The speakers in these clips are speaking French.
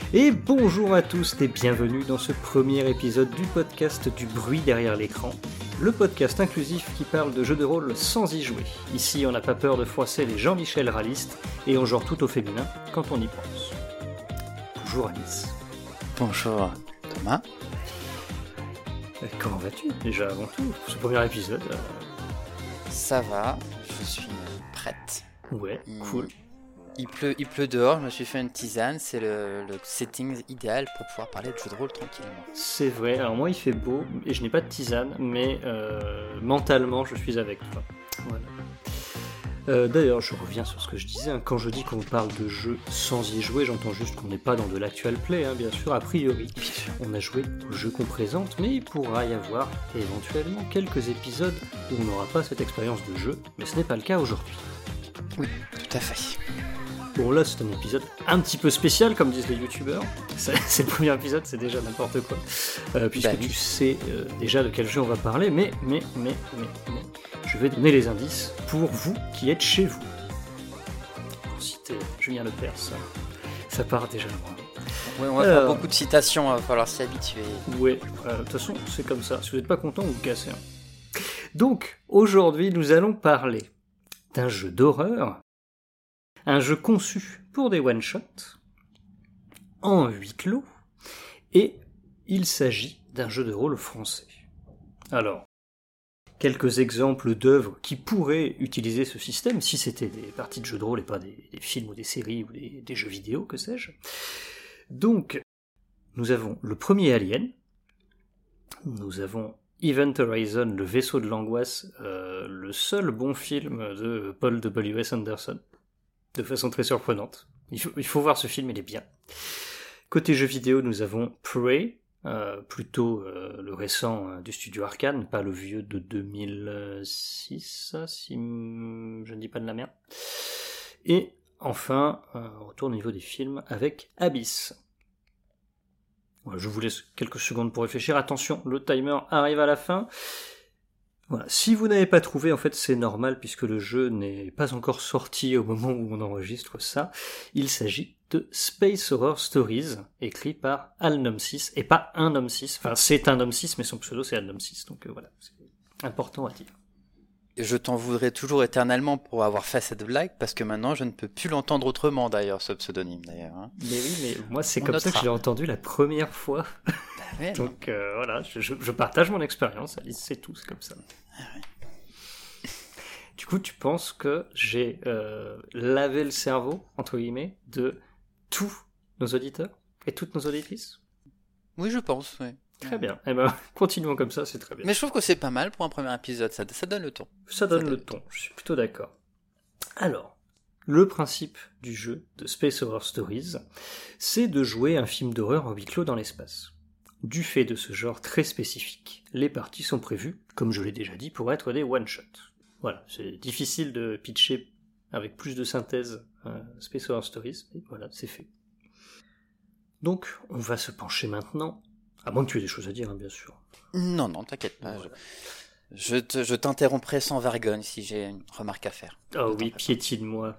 Et bonjour à tous et bienvenue dans ce premier épisode du podcast du bruit derrière l'écran, le podcast inclusif qui parle de jeux de rôle sans y jouer. Ici, on n'a pas peur de froisser les Jean-Michel réalistes et on genre tout au féminin quand on y pense. Bonjour Alice. Bonjour Thomas. Comment vas-tu déjà avant tout pour ce premier épisode? Ça va, je suis prête. Ouais, cool. Il pleut dehors, je me suis fait une tisane, c'est le setting idéal pour pouvoir parler de jeux de rôle tranquillement. C'est vrai, alors moi il fait beau et je n'ai pas de tisane, mais mentalement je suis avec toi. Voilà. D'ailleurs, je reviens sur ce que je disais, hein. Quand je dis qu'on parle de jeux sans y jouer, j'entends juste qu'on n'est pas dans de l'actual play, hein, bien sûr, a priori. On a joué au jeu qu'on présente, mais il pourra y avoir éventuellement quelques épisodes où on n'aura pas cette expérience de jeu, mais ce n'est pas le cas aujourd'hui. Oui, tout à fait. Bon, là, c'est un épisode un petit peu spécial, comme disent les youtubeurs. C'est le premier épisode, c'est déjà n'importe quoi. Puisque tu sais déjà de quel jeu on va parler, mais, je vais donner les indices pour vous qui êtes chez vous. Pour citer Julien Lepers, ça part déjà loin. Ouais, on va faire beaucoup de citations, il va falloir s'y habituer. Ouais, de toute façon, c'est comme ça. Si vous n'êtes pas content, vous vous cassez. Donc, aujourd'hui, nous allons parler d'un jeu d'horreur. Un jeu conçu pour des one-shots, en huis clos, et il s'agit d'un jeu de rôle français. Alors, quelques exemples d'œuvres qui pourraient utiliser ce système, si c'était des parties de jeux de rôle et pas des films ou des séries ou des jeux vidéo, que sais-je. Donc, nous avons le premier Alien, nous avons Event Horizon, le vaisseau de l'angoisse, le seul bon film de Paul W.S. Anderson, de façon très surprenante. Il faut voir ce film, il est bien. Côté jeux vidéo, nous avons Prey, plutôt le récent du studio Arkane, pas le vieux de 2006, si je ne dis pas de la merde. Et enfin, on retourne au niveau des films avec Abyss. Voilà, je vous laisse quelques secondes pour réfléchir. Attention, le timer arrive à la fin. Voilà. Si vous n'avez pas trouvé, en fait, c'est normal puisque le jeu n'est pas encore sorti au moment où on enregistre ça. Il s'agit de Space Horror Stories, écrit par Alnom6, et pas un homme 6. Enfin, c'est un homme 6, mais son pseudo c'est Alnom6, donc voilà, c'est important à dire. Je t'en voudrais toujours éternellement pour avoir fait cette blague, parce que maintenant je ne peux plus l'entendre autrement d'ailleurs, ce pseudonyme d'ailleurs. Hein. Mais oui, mais moi c'est comme ça que je l'ai entendu la première fois. Ouais, donc voilà, je partage mon expérience, Alice, c'est tout, c'est comme ça. Du coup, tu penses que j'ai lavé le cerveau, entre guillemets, de tous nos auditeurs et toutes nos auditrices? Oui, je pense, oui. Très bien. Eh ben, continuons comme ça, c'est très bien. Mais je trouve que c'est pas mal pour un premier épisode, ça donne le ton. Ça donne le ton, je suis plutôt d'accord. Alors, le principe du jeu de Space Horror Stories, c'est de jouer un film d'horreur en huis clos dans l'espace. Du fait de ce genre très spécifique, les parties sont prévues, comme je l'ai déjà dit, pour être des one-shots. Voilà, c'est difficile de pitcher avec plus de synthèse Space Horror Stories, mais voilà, c'est fait. Donc, on va se pencher maintenant, à moins que tu aies des choses à dire, hein, bien sûr. Non, t'inquiète pas, Voilà. je t'interromprai sans vergogne si j'ai une remarque à faire. Oh oui, piétine-moi.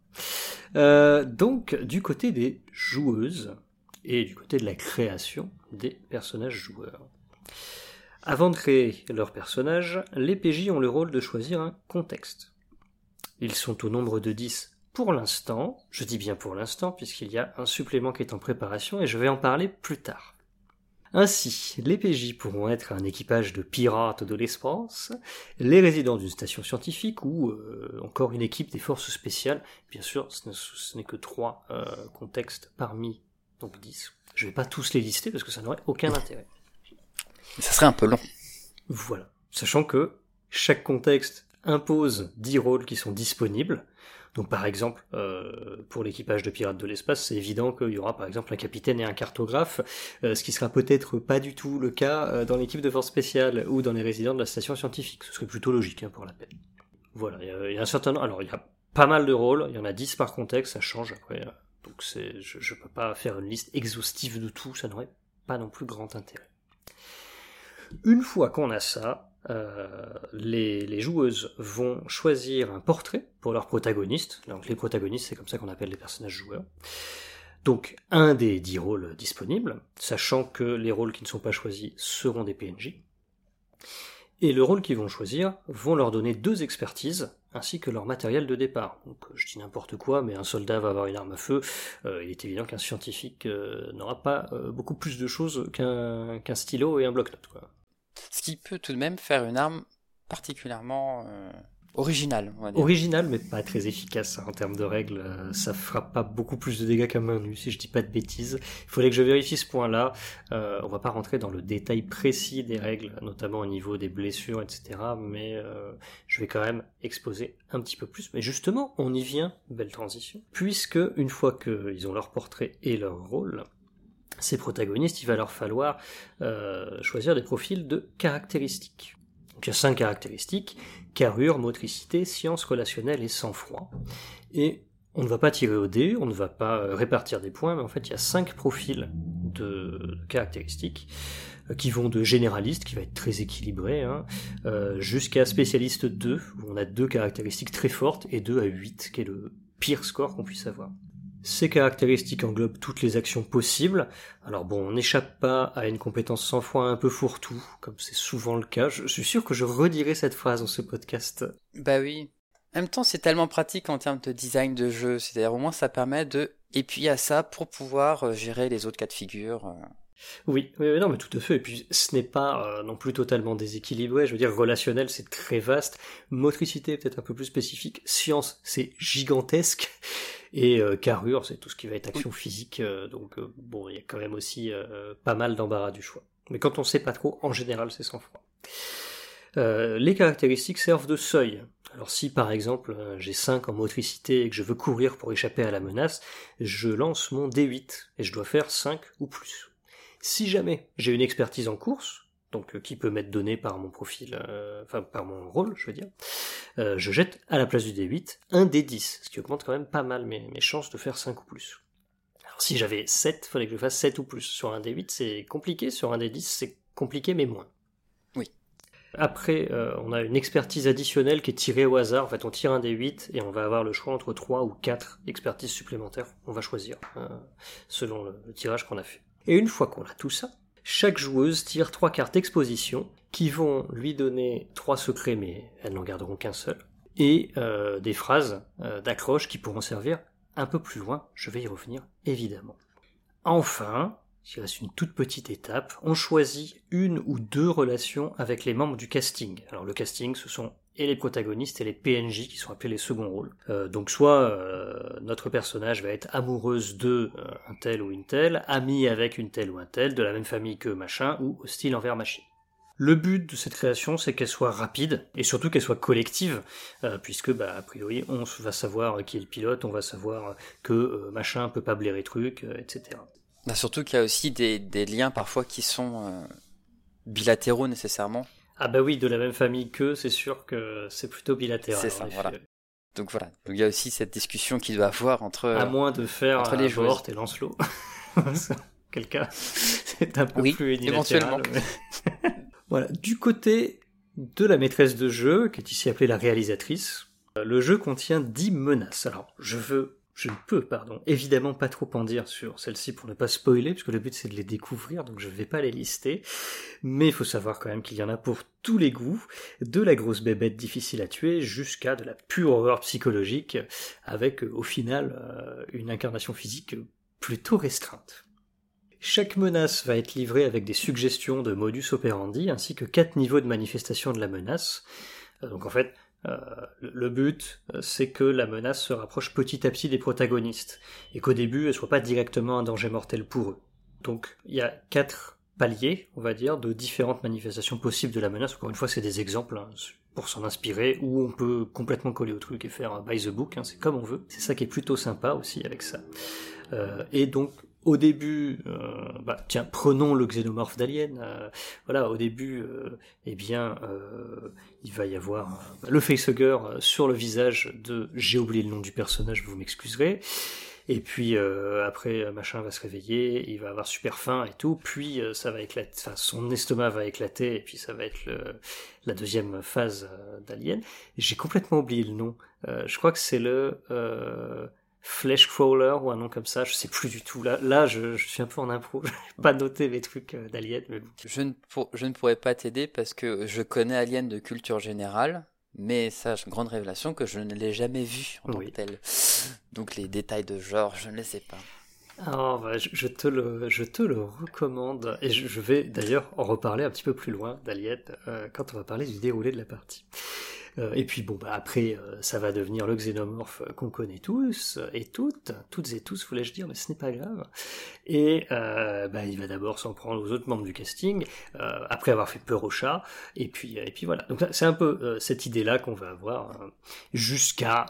Donc, du côté des joueuses, et du côté de la création des personnages joueurs. Avant de créer leurs personnages, les PJ ont le rôle de choisir un contexte. Ils sont au nombre de 10 pour l'instant, je dis bien pour l'instant puisqu'il y a un supplément qui est en préparation et je vais en parler plus tard. Ainsi, les PJ pourront être un équipage de pirates de l'espace, les résidents d'une station scientifique ou encore une équipe des forces spéciales. Bien sûr, ce n'est que 3 contextes parmi donc 10. Je ne vais pas tous les lister parce que ça n'aurait aucun intérêt. Ça serait un peu long. Voilà. Sachant que chaque contexte impose 10 rôles qui sont disponibles. Donc par exemple, pour l'équipage de pirates de l'espace, c'est évident qu'il y aura par exemple un capitaine et un cartographe, ce qui sera peut-être pas du tout le cas dans l'équipe de force spéciale ou dans les résidents de la station scientifique. Ce serait plutôt logique pour la peine. Voilà, il y a un certain nombre. Alors il y a pas mal de rôles, il y en a 10 par contexte, ça change après. Donc je peux pas faire une liste exhaustive de tout, ça n'aurait pas non plus grand intérêt. Une fois qu'on a ça, les joueuses vont choisir un portrait pour leur protagoniste. Donc les protagonistes, c'est comme ça qu'on appelle les personnages joueurs. Donc, un des 10 rôles disponibles, sachant que les rôles qui ne sont pas choisis seront des PNJ. Et le rôle qu'ils vont choisir vont leur donner 2 expertises, ainsi que leur matériel de départ. Donc, je dis n'importe quoi, mais un soldat va avoir une arme à feu, il est évident qu'un scientifique n'aura pas beaucoup plus de choses qu'un stylo et un bloc-notes, quoi. Ce qui peut tout de même faire une arme particulièrement originale, on va dire. Original, mais pas très efficace en termes de règles. Ça fera pas beaucoup plus de dégâts qu'à main nue, si je dis pas de bêtises. Il fallait que je vérifie ce point-là. On va pas rentrer dans le détail précis des règles, notamment au niveau des blessures, etc. Mais je vais quand même exposer un petit peu plus. Mais justement, on y vient, belle transition. Puisque, une fois qu'ils ont leur portrait et leur rôle, ces protagonistes, il va leur falloir choisir des profils de caractéristiques. Donc il y a 5 caractéristiques: carrure, motricité, science relationnelle et sang-froid. Et on ne va pas tirer au dé, on ne va pas répartir des points, mais en fait il y a 5 profils de caractéristiques qui vont de généraliste, qui va être très équilibré, jusqu'à spécialiste 2, où on a 2 caractéristiques très fortes, et 2 à 8, qui est le pire score qu'on puisse avoir. Ces caractéristiques englobent toutes les actions possibles. Alors bon, on n'échappe pas à une compétence sans foi un peu fourre-tout, comme c'est souvent le cas. Je suis sûr que je redirai cette phrase dans ce podcast. Bah oui. En même temps, c'est tellement pratique en termes de design de jeu. C'est-à-dire, au moins, ça permet de... Et puis, à ça, pour pouvoir gérer les autres cas de figure. Oui, non, mais tout à fait. Et puis, ce n'est pas non plus totalement déséquilibré. Je veux dire, relationnel, c'est très vaste. Motricité, peut-être un peu plus spécifique. Science, c'est gigantesque. Et carrure, c'est tout ce qui va être action physique. Donc, bon, il y a quand même aussi pas mal d'embarras du choix. Mais quand on sait pas trop, en général, c'est sans froid. Les caractéristiques servent de seuil. Alors si par exemple j'ai 5 en motricité et que je veux courir pour échapper à la menace, je lance mon D8 et je dois faire 5 ou plus. Si jamais j'ai une expertise en course, donc qui peut m'être donnée par mon profil, par mon rôle, je veux dire, je jette à la place du D8 un D10, ce qui augmente quand même pas mal mes chances de faire 5 ou plus. Alors si j'avais 7, il fallait que je fasse 7 ou plus. Sur un D8 c'est compliqué, sur un D10 c'est compliqué mais moins. Oui. Après, on a une expertise additionnelle qui est tirée au hasard. En fait, on tire un D8 et on va avoir le choix entre 3 ou 4 expertises supplémentaires. On va choisir selon le tirage qu'on a fait. Et une fois qu'on a tout ça, chaque joueuse tire 3 cartes d'exposition qui vont lui donner 3 secrets, mais elles n'en garderont qu'un seul, et des phrases d'accroche qui pourront servir un peu plus loin. Je vais y revenir, évidemment. Enfin, il reste une toute petite étape, on choisit 1 ou 2 relations avec les membres du casting. Alors le casting, ce sont et les protagonistes et les PNJ qui sont appelés les seconds rôles. Donc soit notre personnage va être amoureuse de un tel ou une telle, amie avec une telle ou un tel, de la même famille que machin, ou hostile envers machine. Le but de cette création, c'est qu'elle soit rapide, et surtout qu'elle soit collective, puisque, a priori, on va savoir qui est le pilote, on va savoir que machin peut pas blairer truc, etc. Surtout qu'il y a aussi des liens parfois qui sont bilatéraux nécessairement. Ah bah oui, de la même famille qu'eux, c'est sûr que c'est plutôt bilatéral. C'est ça, voilà. Donc voilà, donc il y a aussi cette discussion qui doit avoir entre à moins de faire entre les joueurs et Lancelot. Quel cas, c'est un peu plus unilatéral. Éventuellement. Mais... voilà. Du côté de la maîtresse de jeu, qui est ici appelée la réalisatrice, le jeu contient 10 menaces. Alors, je ne peux, évidemment pas trop en dire sur celle-ci pour ne pas spoiler, puisque le but c'est de les découvrir, donc je ne vais pas les lister. Mais il faut savoir quand même qu'il y en a pour tous les goûts, de la grosse bébête difficile à tuer, jusqu'à de la pure horreur psychologique, avec au final une incarnation physique plutôt restreinte. Chaque menace va être livrée avec des suggestions de modus operandi, ainsi que 4 niveaux de manifestation de la menace. Donc en fait, le but, c'est que la menace se rapproche petit à petit des protagonistes, et qu'au début, elle soit pas directement un danger mortel pour eux. Donc, il y a 4 paliers, on va dire, de différentes manifestations possibles de la menace. Encore une fois, c'est des exemples, pour s'en inspirer, ou on peut complètement coller au truc et faire by the book, c'est comme on veut. C'est ça qui est plutôt sympa aussi avec ça. Et donc, au début, prenons le xénomorphe d'Alien. Au début, il va y avoir le facehugger sur le visage de... J'ai oublié le nom du personnage, vous m'excuserez. Et puis après, machin va se réveiller, il va avoir super faim et tout. Puis ça va éclater, son estomac va éclater, et puis ça va être la deuxième phase d'Alien. J'ai complètement oublié le nom. Je crois que c'est le Fleshcrawler ou un nom comme ça, je sais plus du tout. Là, je suis un peu en impro, je n'ai pas noté mes trucs d'Alien. Mais bon. Je ne pourrais pas t'aider parce que je connais Alien de culture générale, mais sache, grande révélation, que je ne l'ai jamais vu en tant que tel. Donc les détails de genre, je ne les sais pas. Alors, je te le recommande, et je vais d'ailleurs en reparler un petit peu plus loin d'Alien quand on va parler du déroulé de la partie. Et puis bon, après, ça va devenir le xénomorphe qu'on connaît tous et toutes et tous, voulais-je dire, mais ce n'est pas grave. Et il va d'abord s'en prendre aux autres membres du casting, après avoir fait peur au chat, et puis voilà. Donc c'est un peu cette idée-là qu'on va avoir jusqu'à,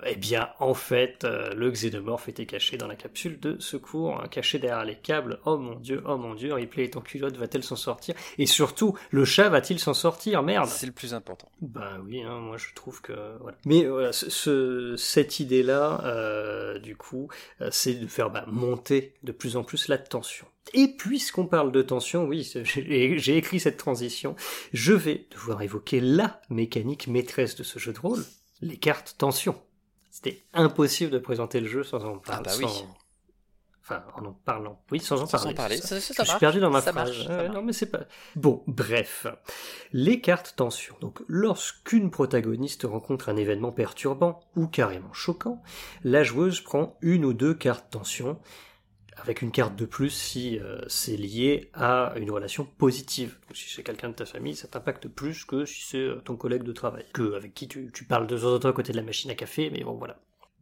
en fait, le xénomorphe était caché dans la capsule de secours, caché derrière les câbles. Oh mon dieu, Ripley est en culotte, va-t-elle s'en sortir? Et surtout, le chat va-t-il s'en sortir? Merde! C'est le plus important. Ben oui, moi je trouve que voilà. Mais voilà, cette idée-là, du coup, c'est de faire monter de plus en plus la tension. Et puisqu'on parle de tension, oui, j'ai écrit cette transition, je vais devoir évoquer la mécanique maîtresse de ce jeu de rôle, les cartes tension. C'était impossible de présenter le jeu sans en parler. Ah bah oui. Enfin, en parlant. Oui, sans en parler. Ça je suis perdu dans ma phrase. Marche. Non, mais c'est pas... Bon, bref. Les cartes tension. Donc, lorsqu'une protagoniste rencontre un événement perturbant ou carrément choquant, la joueuse prend une ou deux cartes tension, avec une carte de plus si c'est lié à une relation positive. Donc, si c'est quelqu'un de ta famille, ça t'impacte plus que si c'est ton collègue de travail, avec qui tu parles de temps en temps à côté de la machine à café, mais bon, voilà.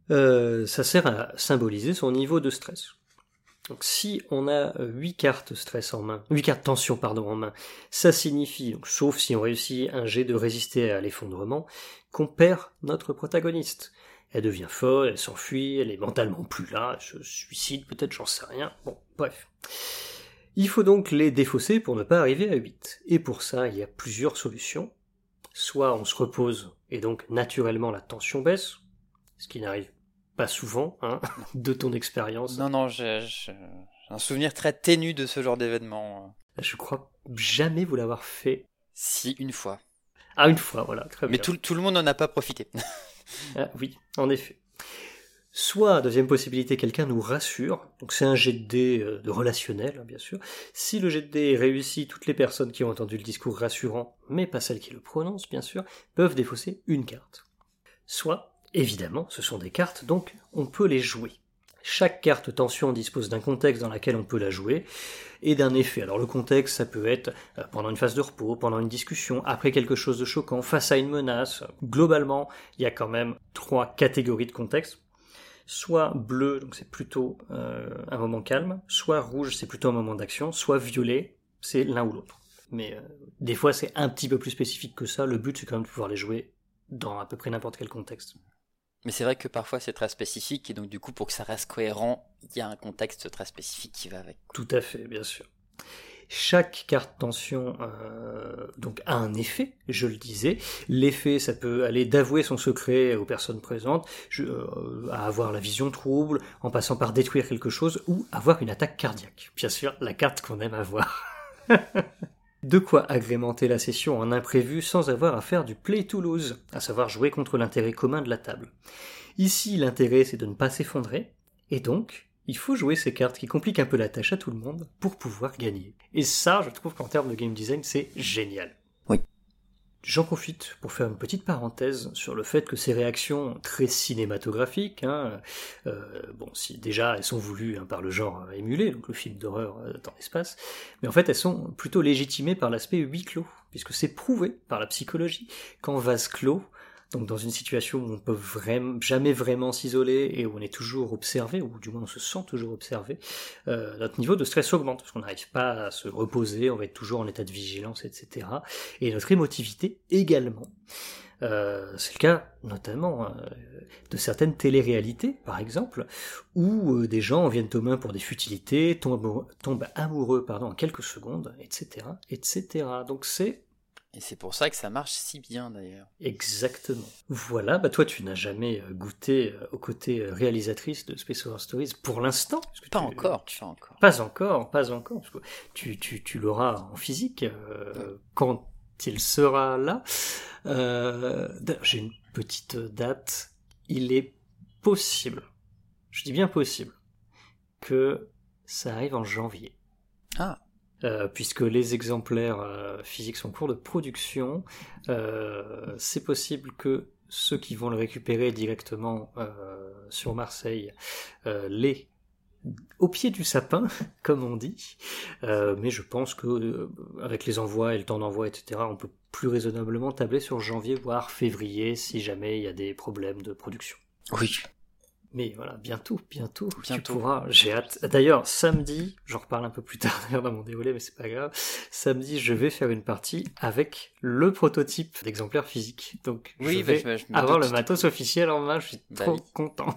Ça sert à symboliser son niveau de stress. Donc si on a 8 cartes stress en main, 8 cartes tension en main, ça signifie, donc, sauf si on réussit un jet de résister à l'effondrement, qu'on perd notre protagoniste. Elle devient folle, elle s'enfuit, elle est mentalement plus là, elle se suicide peut-être, j'en sais rien. Bon, bref. Il faut donc les défausser pour ne pas arriver à 8. Et pour ça, il y a plusieurs solutions. Soit on se repose, et donc naturellement la tension baisse, ce qui n'arrive pas souvent, de ton expérience. Non, j'ai un souvenir très ténu de ce genre d'événement. Je crois jamais vous l'avoir fait. Si, une fois. Ah, une fois, voilà, très bien. Mais tout le monde n'en a pas profité. Ah, oui, en effet. Soit, deuxième possibilité, quelqu'un nous rassure, donc c'est un jet de dés de relationnel, bien sûr. Si le jet de dés réussit, toutes les personnes qui ont entendu le discours rassurant, mais pas celles qui le prononcent, bien sûr, peuvent défausser une carte. Soit, évidemment, ce sont des cartes, donc on peut les jouer. Chaque carte tension dispose d'un contexte dans lequel on peut la jouer, et d'un effet. Alors le contexte, ça peut être pendant une phase de repos, pendant une discussion, après quelque chose de choquant, face à une menace. Globalement, il y a quand même 3 catégories de contexte. Soit bleu, donc c'est plutôt un moment calme, soit rouge, c'est plutôt un moment d'action, soit violet, c'est l'un ou l'autre. Mais des fois, c'est un petit peu plus spécifique que ça. Le but, c'est quand même de pouvoir les jouer dans à peu près n'importe quel contexte. Mais c'est vrai que parfois c'est très spécifique, et donc du coup pour que ça reste cohérent, il y a un contexte très spécifique qui va avec. Tout à fait, bien sûr. Chaque carte tension donc a un effet, je le disais. L'effet, ça peut aller d'avouer son secret aux personnes présentes, à avoir la vision trouble, en passant par détruire quelque chose, ou avoir une attaque cardiaque. Bien sûr, la carte qu'on aime avoir. De quoi agrémenter la session en imprévu sans avoir à faire du play to lose, à savoir jouer contre l'intérêt commun de la table. Ici, l'intérêt, c'est de ne pas s'effondrer, et donc, il faut jouer ces cartes qui compliquent un peu la tâche à tout le monde pour pouvoir gagner. Et ça, je trouve qu'en termes de game design, c'est génial. Oui. J'en profite pour faire une petite parenthèse sur le fait que ces réactions très cinématographiques, si déjà elles sont voulues par le genre émulé, donc le film d'horreur dans l'espace, mais en fait elles sont plutôt légitimées par l'aspect huis clos, puisque c'est prouvé par la psychologie qu'en vase clos, donc dans une situation où on peut jamais vraiment s'isoler et où on est toujours observé, ou du moins on se sent toujours observé, notre niveau de stress augmente, parce qu'on n'arrive pas à se reposer, on va être toujours en état de vigilance, etc. Et notre émotivité également. C'est le cas notamment de certaines téléréalités, par exemple, où des gens viennent aux mains pour des futilités, tombent amoureux en quelques secondes, etc., etc. Donc Et c'est pour ça que ça marche si bien d'ailleurs. Exactement. Voilà, toi tu n'as jamais goûté aux côtés réalisatrice de Space Horror Stories pour l'instant. Pas encore. Pas encore. Parce que tu l'auras en physique quand il sera là. J'ai une petite date. Il est possible, je dis bien possible, que ça arrive en janvier. Ah. Puisque les exemplaires physiques sont en cours de production, c'est possible que ceux qui vont le récupérer directement sur Marseille l'aient au pied du sapin, comme on dit, mais je pense que avec les envois et le temps d'envoi, etc., on peut plus raisonnablement tabler sur janvier, voire février, si jamais il y a des problèmes de production. Oui. Mais voilà, bientôt, tu pourras, j'ai hâte. D'ailleurs, samedi, j'en reparle un peu plus tard dans mon déroulé, mais c'est pas grave, samedi, je vais faire une partie avec le prototype d'exemplaire physique. Donc, je vais avoir le matos officiel en main, je suis trop content.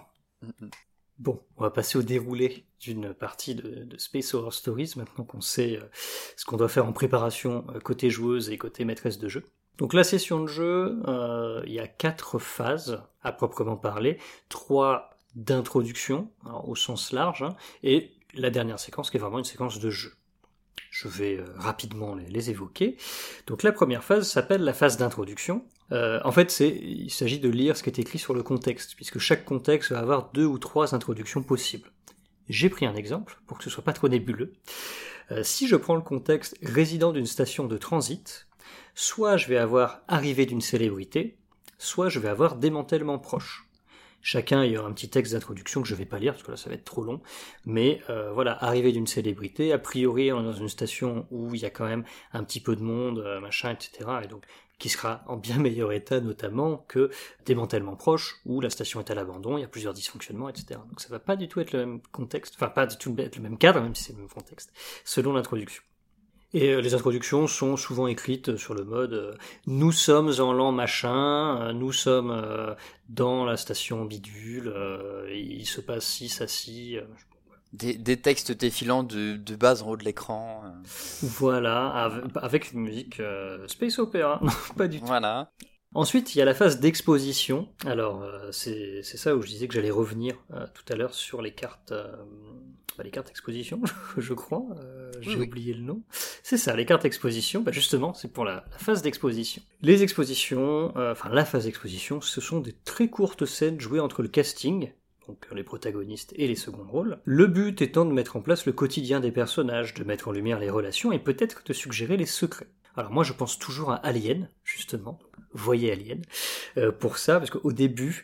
Bon, on va passer au déroulé d'une partie de Space Horror Stories, maintenant qu'on sait ce qu'on doit faire en préparation côté joueuse et côté maîtresse de jeu. Donc la session de jeu, il y a 4 phases à proprement parler, 3 d'introduction, au sens large, hein, et la dernière séquence qui est vraiment une séquence de jeu. Je vais rapidement les évoquer. Donc la première phase s'appelle la phase d'introduction. En fait, il s'agit de lire ce qui est écrit sur le contexte, puisque chaque contexte va avoir 2 ou 3 introductions possibles. J'ai pris un exemple, pour que ce soit pas trop nébuleux. Si je prends le contexte résident d'une station de transit, soit je vais avoir arrivée d'une célébrité, soit je vais avoir démantèlement proche. Chacun il y aura un petit texte d'introduction que je vais pas lire parce que là ça va être trop long, mais voilà, arrivée d'une célébrité, a priori on est dans une station où il y a quand même un petit peu de monde, machin, etc. Et donc qui sera en bien meilleur état notamment que démantèlement proche où la station est à l'abandon, il y a plusieurs dysfonctionnements, etc. Donc ça va pas du tout être le même contexte, enfin pas du tout être le même cadre, même si c'est le même contexte, selon l'introduction. Et les introductions sont souvent écrites sur le mode nous sommes en l'an machin, nous sommes dans la station bidule, il se passe ci, ça, ci. Des textes défilants de base en haut de l'écran. Voilà, avec une musique space opéra, non, pas du tout. Voilà. Ensuite, il y a la phase d'exposition. Alors, c'est ça où je disais que j'allais revenir tout à l'heure sur les cartes exposition, je crois. J'ai oublié le nom. C'est ça, les cartes exposition. Bah justement, c'est pour la phase d'exposition. Les expositions, la phase d'exposition, ce sont des très courtes scènes jouées entre le casting, donc les protagonistes et les seconds rôles. Le but étant de mettre en place le quotidien des personnages, de mettre en lumière les relations et peut-être de suggérer les secrets. Alors moi je pense toujours à Alien, justement, voyez Alien, pour ça, parce qu'au début,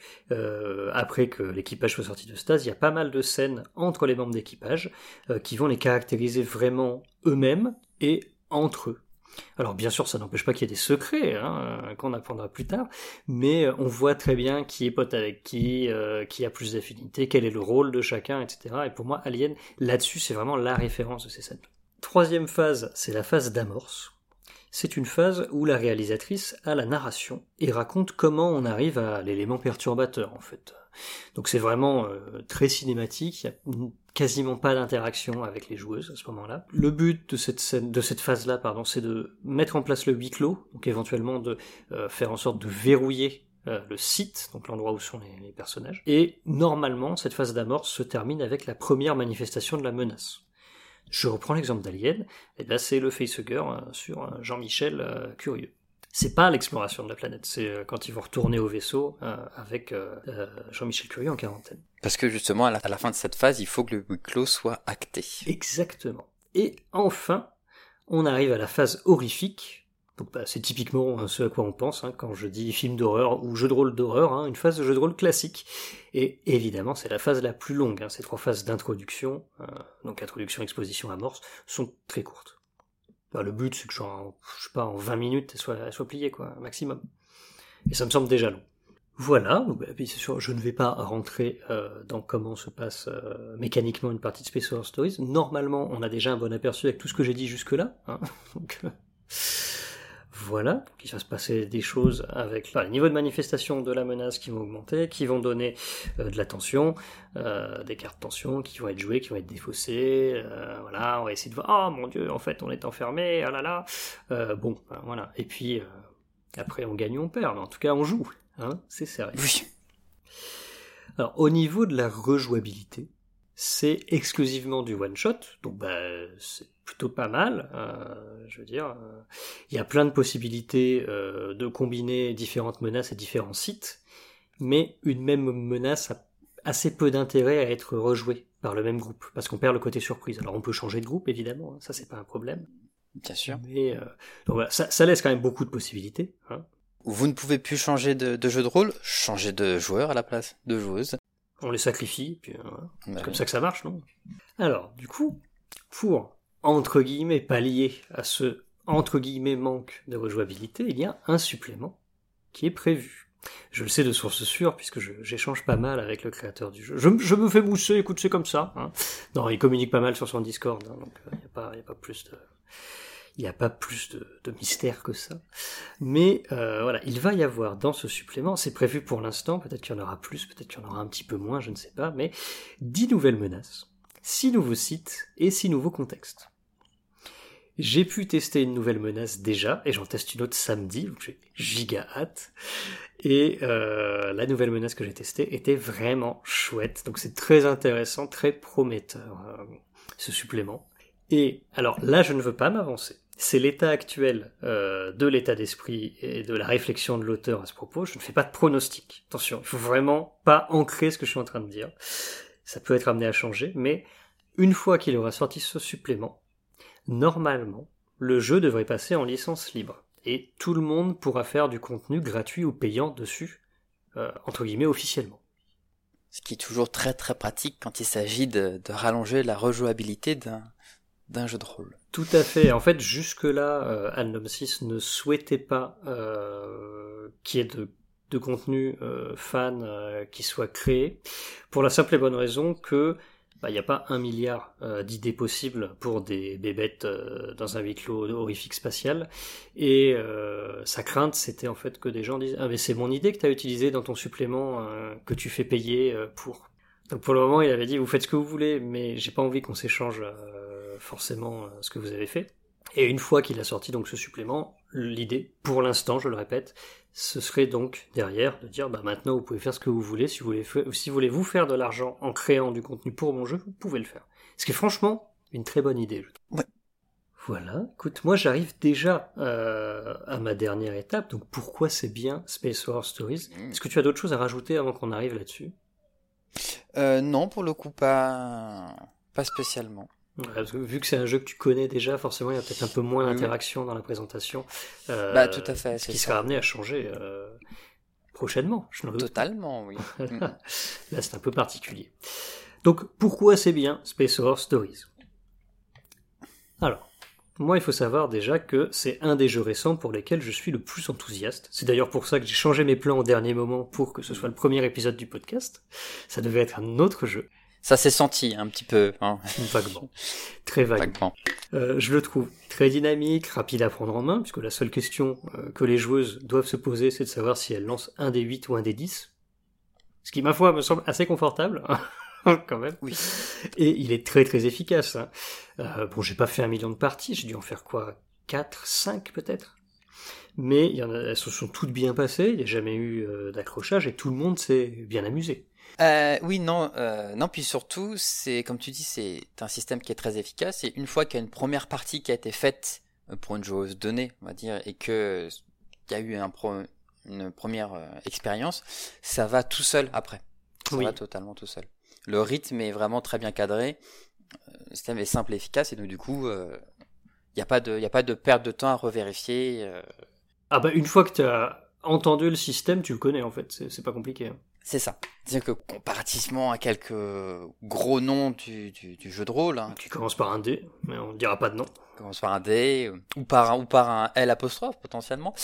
après que l'équipage soit sorti de stase, il y a pas mal de scènes entre les membres d'équipage qui vont les caractériser vraiment eux-mêmes et entre eux. Alors bien sûr ça n'empêche pas qu'il y ait des secrets qu'on apprendra plus tard, mais on voit très bien qui est pote avec qui a plus d'affinité, quel est le rôle de chacun, etc. Et pour moi Alien, là-dessus c'est vraiment la référence de ces scènes. Troisième phase, c'est la phase d'amorce. C'est une phase où la réalisatrice a la narration et raconte comment on arrive à l'élément perturbateur en fait. Donc c'est vraiment très cinématique, il n'y a quasiment pas d'interaction avec les joueuses à ce moment-là. Le but de cette phase-là, c'est de mettre en place le huis clos, donc éventuellement de faire en sorte de verrouiller le site, donc l'endroit où sont les personnages. Et normalement, cette phase d'amorce se termine avec la première manifestation de la menace. Je reprends l'exemple d'Alien, et là c'est le facehugger sur Jean-Michel Curieux. C'est pas l'exploration de la planète, c'est quand ils vont retourner au vaisseau avec Jean-Michel Curieux en quarantaine. Parce que justement, à la fin de cette phase, il faut que le huis clos soit acté. Exactement. Et enfin, on arrive à la phase horrifique. Donc c'est typiquement ce à quoi on pense quand je dis film d'horreur ou jeu de rôle d'horreur, une phase de jeu de rôle classique. Et évidemment, c'est la phase la plus longue. Ces 3 phases d'introduction, donc introduction, exposition, amorce, sont très courtes. Le but, c'est que en 20 minutes, elle soit pliée, maximum. Et ça me semble déjà long. Voilà, puis c'est sûr, je ne vais pas rentrer dans comment se passe mécaniquement une partie de Space Horror Stories. Normalement, on a déjà un bon aperçu avec tout ce que j'ai dit jusque-là. Donc, voilà, donc il va se passer des choses avec les niveaux de manifestation de la menace qui vont augmenter, qui vont donner de la tension, des cartes tension qui vont être jouées, qui vont être défaussées, voilà, on va essayer de voir, oh mon dieu, en fait on est enfermé, ah là là, voilà, et puis après on gagne ou on perd, mais en tout cas on joue, c'est sérieux. Oui. Alors au niveau de la rejouabilité, c'est exclusivement du one-shot, donc c'est plutôt pas mal, il y a plein de possibilités de combiner différentes menaces et différents sites, mais une même menace assez peu d'intérêt à être rejoué par le même groupe, parce qu'on perd le côté surprise. Alors on peut changer de groupe, évidemment, hein, ça c'est pas un problème. Bien sûr. Mais donc voilà, ça laisse quand même beaucoup de possibilités. Hein. Vous ne pouvez plus changer de jeu de rôle, changez de joueur à la place, de joueuse. On les sacrifie, puis voilà. C'est comme ça que ça marche, non? Alors, du coup, pour, entre guillemets, pallier à ce, entre guillemets, manque de rejouabilité, il y a un supplément qui est prévu. Je le sais de source sûre, puisque j'échange pas mal avec le créateur du jeu. Je me fais mousser, écoute, c'est comme ça. Hein. Non, il communique pas mal sur son Discord, hein, donc il n'y a pas plus de... Il n'y a pas plus de mystère que ça. Mais voilà, il va y avoir dans ce supplément, c'est prévu pour l'instant, peut-être qu'il y en aura plus, peut-être qu'il y en aura un petit peu moins, je ne sais pas, mais 10 nouvelles menaces, 6 nouveaux sites et 6 nouveaux contextes. J'ai pu tester une nouvelle menace déjà, et j'en teste une autre samedi, donc j'ai giga hâte. Et la nouvelle menace que j'ai testée était vraiment chouette, donc c'est très intéressant, très prometteur, ce supplément. Et alors là, je ne veux pas m'avancer. C'est l'état actuel de l'état d'esprit et de la réflexion de l'auteur à ce propos. Je ne fais pas de pronostic. Attention, il faut vraiment pas ancrer ce que je suis en train de dire. Ça peut être amené à changer, mais une fois qu'il aura sorti ce supplément, normalement, le jeu devrait passer en licence libre. Et tout le monde pourra faire du contenu gratuit ou payant dessus, entre guillemets, officiellement. Ce qui est toujours très très pratique quand il s'agit de rallonger la rejouabilité d'un jeu de rôle. Tout à fait. En fait, jusque-là, Annum 6 ne souhaitait pas qu'il y ait de contenu fan qui soit créé, pour la simple et bonne raison que il n'y a pas 1 milliard d'idées possibles pour des bébêtes dans un huis clos horrifique spatial. Et sa crainte, c'était en fait que des gens disent « Ah mais c'est mon idée que tu as utilisée dans ton supplément que tu fais payer pour... » Donc pour le moment, il avait dit « Vous faites ce que vous voulez, mais j'ai pas envie qu'on s'échange forcément ce que vous avez fait. » Et une fois qu'il a sorti donc ce supplément, l'idée, pour l'instant, je le répète, ce serait donc derrière de dire bah maintenant vous pouvez faire ce que vous voulez, si vous voulez vous faire de l'argent en créant du contenu pour mon jeu, vous pouvez le faire. Ce qui est franchement une très bonne idée, je trouve. Ouais. Voilà, écoute, moi j'arrive déjà à ma dernière étape, donc pourquoi c'est bien Space Horror Stories? Est-ce que tu as d'autres choses à rajouter avant qu'on arrive là-dessus? Non, pour le coup, pas spécialement. Ouais, parce que vu que c'est un jeu que tu connais déjà, forcément il y a peut-être un peu moins d'interaction dans la présentation. Tout à fait. Ce qui sera amené à changer prochainement, je n'en doute. Totalement, oui. Là c'est un peu particulier. Donc pourquoi c'est bien Space Horror Stories? Alors, moi il faut savoir déjà que c'est un des jeux récents pour lesquels je suis le plus enthousiaste. C'est d'ailleurs pour ça que j'ai changé mes plans au dernier moment pour que ce soit le premier épisode du podcast. Ça devait être un autre jeu. Ça s'est senti un petit peu. Hein. Vaguement. Très vaguement. Je le trouve très dynamique, rapide à prendre en main, puisque la seule question que les joueuses doivent se poser, c'est de savoir si elles lancent un des 8 ou un des 10. Ce qui, ma foi, me semble assez confortable, quand même. Oui. Et il est très très efficace. Hein. Bon, j'ai pas fait 1 million de parties, j'ai dû en faire quoi 4, 5 peut-être. Mais elles se sont toutes bien passées, il n'y a jamais eu d'accrochage et tout le monde s'est bien amusé. Oui, non, puis surtout, c'est, comme tu dis, c'est un système qui est très efficace, et une fois qu'il y a une première partie qui a été faite pour une joueuse donnée, on va dire, et que il y a eu une première expérience, ça va tout seul après. Ça va totalement tout seul. Le rythme est vraiment très bien cadré, le système est simple et efficace, et donc du coup, il n'y a pas de perte de temps à revérifier. Ah bah, une fois que tu as entendu le système, tu le connais en fait, c'est pas compliqué. Hein. C'est ça. C'est-à-dire que comparativement à quelques gros noms du jeu de rôle... Hein, qui commence par un D, mais on ne dira pas de nom. Commence par un D, ou par un L apostrophe potentiellement,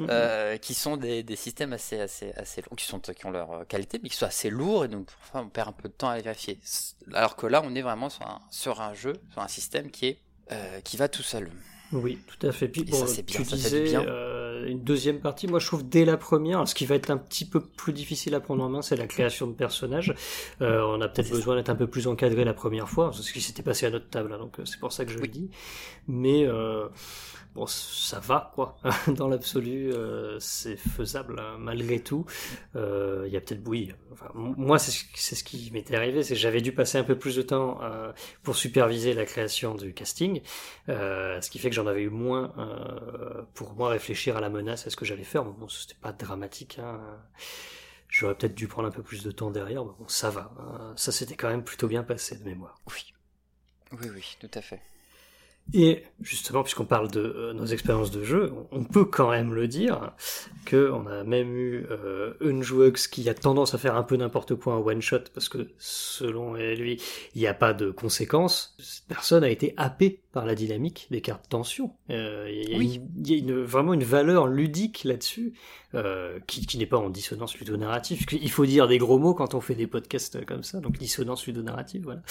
qui sont des systèmes assez lourds, qui ont leur qualité, mais qui sont assez lourds, et donc parfois on perd un peu de temps à les vérifier. Alors que là, on est vraiment sur un jeu, sur un système qui va tout seul. Oui, tout à fait. Puis, bon, ça, tu disais une deuxième partie. Moi, je trouve dès la première, alors, ce qui va être un petit peu plus difficile à prendre en main, c'est la création de personnages. On a peut-être besoin d'être un peu plus encadré la première fois, c'est ce qui s'était passé à notre table, hein, donc c'est pour ça que je le dis. Mais bon, ça va, quoi. Dans l'absolu, c'est faisable, hein, malgré tout. Il y a peut-être enfin, moi, c'est ce qui m'était arrivé, c'est que j'avais dû passer un peu plus de temps pour superviser la création du casting, ce qui fait que j'en avais eu moins pour moi réfléchir à la menace, à ce que j'allais faire. Bon, c'était pas dramatique, hein. J'aurais peut-être dû prendre un peu plus de temps derrière, mais bon, ça va. Ça s'était quand même plutôt bien passé de mémoire. Oui, tout à fait. Et justement, puisqu'on parle de nos expériences de jeu, on peut quand même le dire qu'on a même eu une joueuse qui a tendance à faire un peu n'importe quoi en one shot parce que selon lui, il n'y a pas de conséquences. Cette personne a été happée par la dynamique des cartes tension. Il y a vraiment une valeur ludique là-dessus qui n'est pas en dissonance ludonarrative. Il faut dire des gros mots quand on fait des podcasts comme ça, donc dissonance ludonarrative, voilà.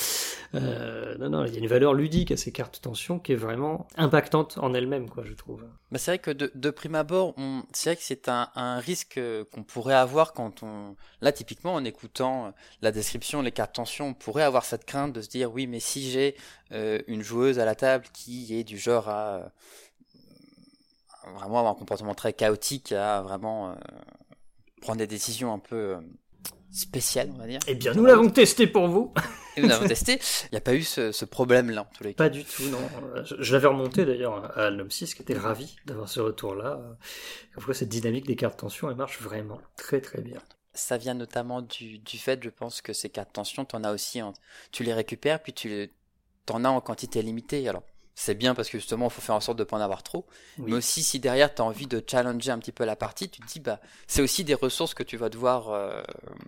Non, il y a une valeur ludique à ces cartes tension qui est vraiment impactante en elle-même, quoi, je trouve. Bah c'est vrai que de prime abord, c'est vrai que c'est un risque qu'on pourrait avoir quand là typiquement en écoutant la description, les cartes tension, on pourrait avoir cette crainte de se dire oui, mais si j'ai une joueuse à la table qui est du genre à vraiment avoir un comportement très chaotique, à vraiment prendre des décisions un peu spéciales, on va dire. Eh bien, nous l'avons testé pour vous. Et nous l'avons testé. Il n'y a pas eu ce problème-là, en tous les cas. Pas du tout, non. Je l'avais remonté d'ailleurs à Alnom 6, qui était ravi d'avoir ce retour-là. Comme quoi, cette dynamique des cartes tension, elle marche vraiment très très bien. Ça vient notamment du fait, je pense, que ces cartes tension, t'en as aussi, tu les récupères, puis t'en as en quantité limitée. Alors, c'est bien parce que justement, il faut faire en sorte de pas en avoir trop. Oui. Mais aussi, si derrière, tu as envie de challenger un petit peu la partie, tu te dis, bah, c'est aussi des ressources que tu vas devoir...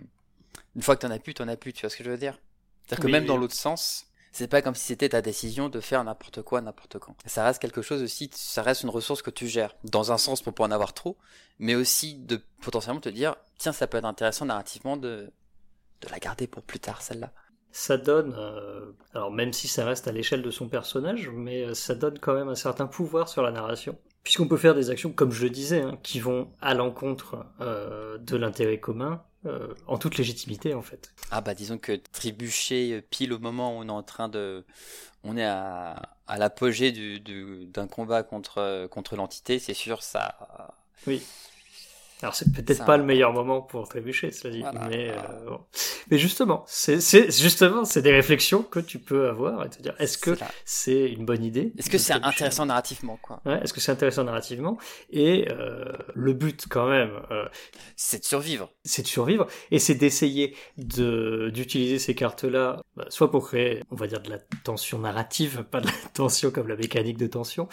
une fois que t'en as plus, tu vois ce que je veux dire? C'est-à-dire que même dans l'autre sens, c'est pas comme si c'était ta décision de faire n'importe quoi, n'importe quand. Ça reste quelque chose aussi, ça reste une ressource que tu gères. Dans un sens pour pas en avoir trop, mais aussi de potentiellement te dire, tiens, ça peut être intéressant narrativement de la garder pour plus tard, celle-là. Ça donne, alors même si ça reste à l'échelle de son personnage, mais ça donne quand même un certain pouvoir sur la narration. Puisqu'on peut faire des actions, comme je le disais, hein, qui vont à l'encontre de l'intérêt commun, en toute légitimité en fait. Ah bah disons que trébucher pile au moment où on est en train de... On est à l'apogée d'un combat contre l'entité, c'est sûr, ça... Oui. Alors c'est peut-être pas le meilleur moment pour trébucher, cela dit, voilà. Bon. Mais justement, c'est des réflexions que tu peux avoir et te dire, est-ce que c'est une bonne idée? Est-ce que c'est intéressant narrativement, quoi? Ouais, est-ce que c'est intéressant narrativement? Et le but quand même, c'est de survivre. C'est de survivre et c'est d'essayer d'utiliser ces cartes-là, soit pour créer, on va dire, de la tension narrative, pas de la tension comme la mécanique de tension,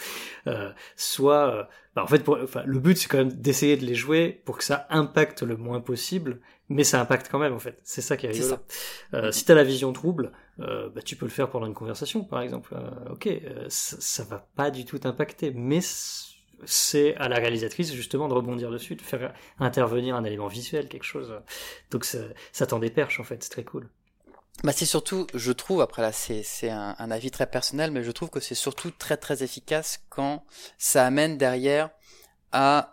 soit en fait, le but, c'est quand même d'essayer de les jouer pour que ça impacte le moins possible, mais ça impacte quand même, en fait. C'est ça qui est rigolo. Si t'as la vision trouble, tu peux le faire pendant une conversation, par exemple. Ça va pas du tout t'impacter, mais c'est à la réalisatrice, justement, de rebondir dessus, de faire intervenir un élément visuel, quelque chose. Donc ça t'en déperche, en fait. C'est très cool. Bah c'est surtout, je trouve, après là c'est un avis très personnel, mais je trouve que c'est surtout très très efficace quand ça amène derrière à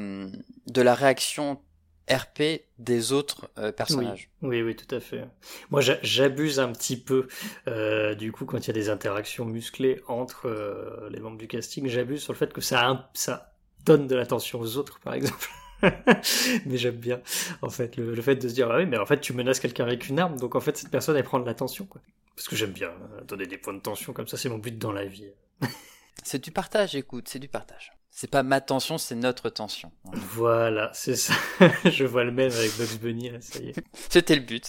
de la réaction RP des autres personnages. Oui, tout à fait. Moi j'abuse un petit peu, du coup quand il y a des interactions musclées entre les membres du casting, j'abuse sur le fait que ça donne de l'attention aux autres, par exemple. Mais j'aime bien en fait le fait de se dire ah oui mais en fait tu menaces quelqu'un avec une arme donc en fait cette personne elle prend de la tension quoi. Parce que j'aime bien donner des points de tension comme ça, c'est mon but dans la vie. C'est du partage, écoute, c'est du partage. C'est pas ma tension, c'est notre tension. Voilà, c'est ça. Je vois le même avec Bugs Bunny là, ça y est. C'était le but.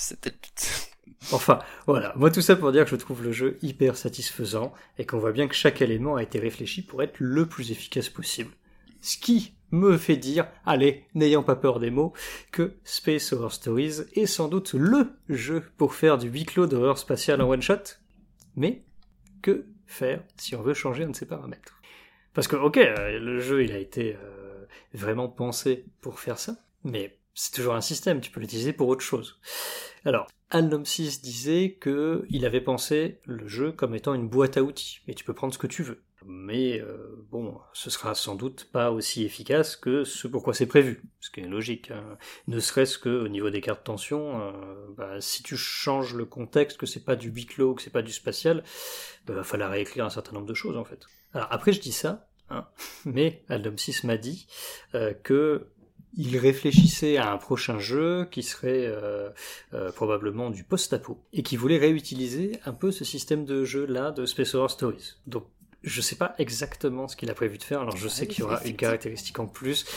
Enfin, voilà. Moi, tout ça pour dire que je trouve le jeu hyper satisfaisant et qu'on voit bien que chaque élément a été réfléchi pour être le plus efficace possible. Ce qui me fait dire, allez, n'ayant pas peur des mots, que Space Horror Stories est sans doute LE jeu pour faire du huis clos d'horreur spatiale en one-shot. Mais, que faire si on veut changer un de ses paramètres? Parce que, le jeu, il a été vraiment pensé pour faire ça, mais c'est toujours un système, tu peux l'utiliser pour autre chose. Alors, Alnom 6 disait que il avait pensé le jeu comme étant une boîte à outils, et tu peux prendre ce que tu veux. Mais ce sera sans doute pas aussi efficace que ce pourquoi c'est prévu, ce qui est logique. Hein. Ne serait-ce que au niveau des cartes tension, si tu changes le contexte, que c'est pas du huis clos, que c'est pas du spatial, va falloir réécrire un certain nombre de choses en fait. Alors après je dis ça, hein, mais Alnom 6 m'a dit que il réfléchissait à un prochain jeu qui serait probablement du post-apo et qui voulait réutiliser un peu ce système de jeu là de Space Horror Stories. Donc je sais pas exactement ce qu'il a prévu de faire, alors je sais qu'il y aura une caractéristique en plus, je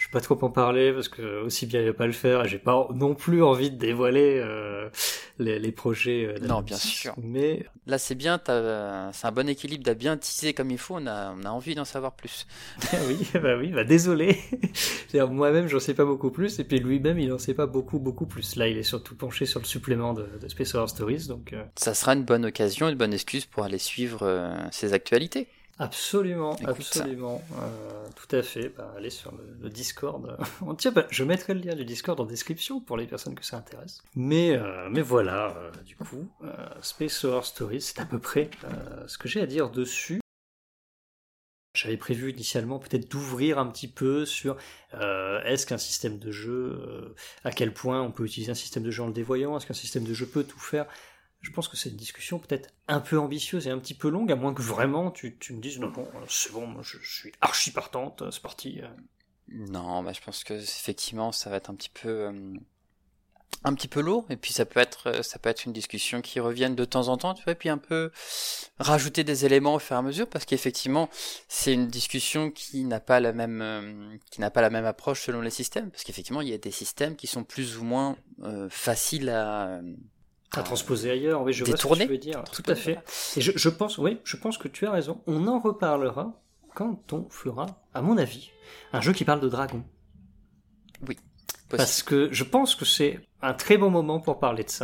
vais pas trop en parler parce que aussi bien il va pas le faire et j'ai pas non plus envie de dévoiler les projets. Non, bien sûr. Mais là, c'est bien, c'est un bon équilibre, t'as bien teasé comme il faut, on a envie d'en savoir plus. oui, désolé. C'est-à-dire, moi-même, j'en sais pas beaucoup plus et puis lui-même, il en sait pas beaucoup plus. Là, il est surtout penché sur le supplément de Space Horror Stories, donc. Ça sera une bonne occasion, une bonne excuse pour aller suivre ses actualités. Absolument, tout à fait. Allez sur le Discord. Tiens, je mettrai le lien du Discord en description pour les personnes que ça intéresse. Mais voilà, du coup, Space Horror Stories, c'est à peu près ce que j'ai à dire dessus. J'avais prévu initialement peut-être d'ouvrir un petit peu sur est-ce qu'un système de jeu, à quel point on peut utiliser un système de jeu en le dévoyant, est-ce qu'un système de jeu peut tout faire. Je pense que c'est une discussion peut-être un peu ambitieuse et un petit peu longue, à moins que vraiment tu me dises non, c'est bon, moi je suis archi partante, c'est parti. Non, je pense que effectivement ça va être un petit peu lourd, et puis ça peut être une discussion qui revienne de temps en temps, tu vois, et puis un peu rajouter des éléments au fur et à mesure, parce qu'effectivement c'est une discussion qui n'a pas la même approche selon les systèmes, parce qu'effectivement il y a des systèmes qui sont plus ou moins faciles à transposer ailleurs, oui, je détourner. Vois ce que tu veux dire, tout à fait. Et je pense que tu as raison. On en reparlera quand on fera, à mon avis, un jeu qui parle de dragons. Oui. Possible. Parce que je pense que c'est un très bon moment pour parler de ça.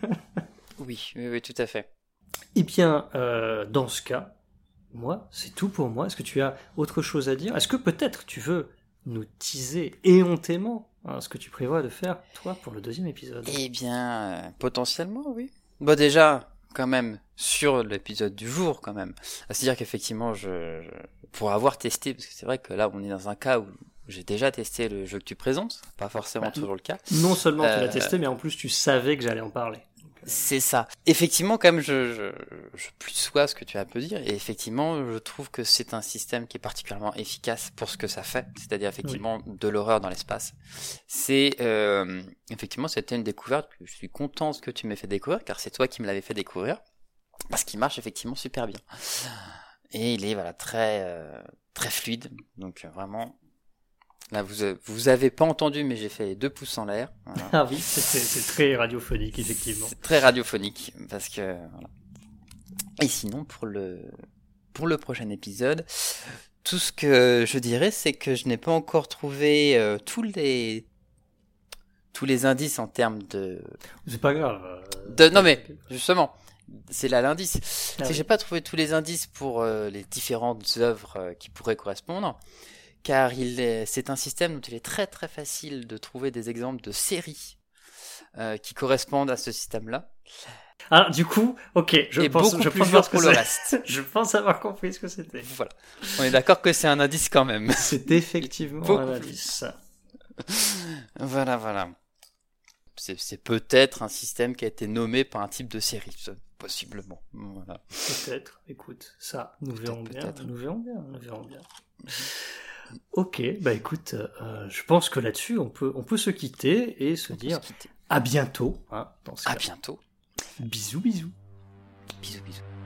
oui, tout à fait. Eh bien, dans ce cas, moi, c'est tout pour moi. Est-ce que tu as autre chose à dire ? Est-ce que peut-être tu veux nous teaser éhontément ce que tu prévois de faire, toi, pour le 2e épisode ? Eh bien, potentiellement, oui. Bon, déjà, quand même, sur l'épisode du jour, quand même. C'est-à-dire qu'effectivement, pour avoir testé, parce que c'est vrai que là, on est dans un cas où j'ai déjà testé le jeu que tu présentes, pas forcément toujours le cas. Non seulement tu l'as testé, mais en plus tu savais que j'allais en parler. C'est ça. Effectivement, quand même, je plus sois ce que tu as pu dire, et effectivement, je trouve que c'est un système qui est particulièrement efficace pour ce que ça fait, c'est-à-dire effectivement de l'horreur dans l'espace. C'est effectivement, c'était une découverte que je suis content que tu m'aies fait découvrir, car c'est toi qui me l'avais fait découvrir, parce qu'il marche effectivement super bien. Et il est très très fluide, donc vraiment. Là, vous avez pas entendu, mais j'ai fait les 2 pouces en l'air. Voilà. Ah oui, c'est très radiophonique, effectivement. C'est très radiophonique, parce que, voilà. Et sinon, pour le prochain épisode, tout ce que je dirais, c'est que je n'ai pas encore trouvé tous les indices en termes de... C'est pas grave. Non mais, justement, c'est là l'indice. C'est que j'ai pas trouvé tous les indices pour les différentes œuvres qui pourraient correspondre. Car c'est un système dont il est très très facile de trouver des exemples de séries qui correspondent à ce système-là. Alors du coup, ok, je pense avoir compris ce que c'était. Voilà, on est d'accord que c'est un indice quand même. C'est effectivement un indice. Voilà. C'est peut-être un système qui a été nommé par un type de série, possiblement. Voilà. Peut-être. Écoute, ça, nous verrons bien. Ok, écoute, je pense que là-dessus on peut se quitter et se dire à bientôt. Dans ce cas. À bientôt. Bisous. Bisous.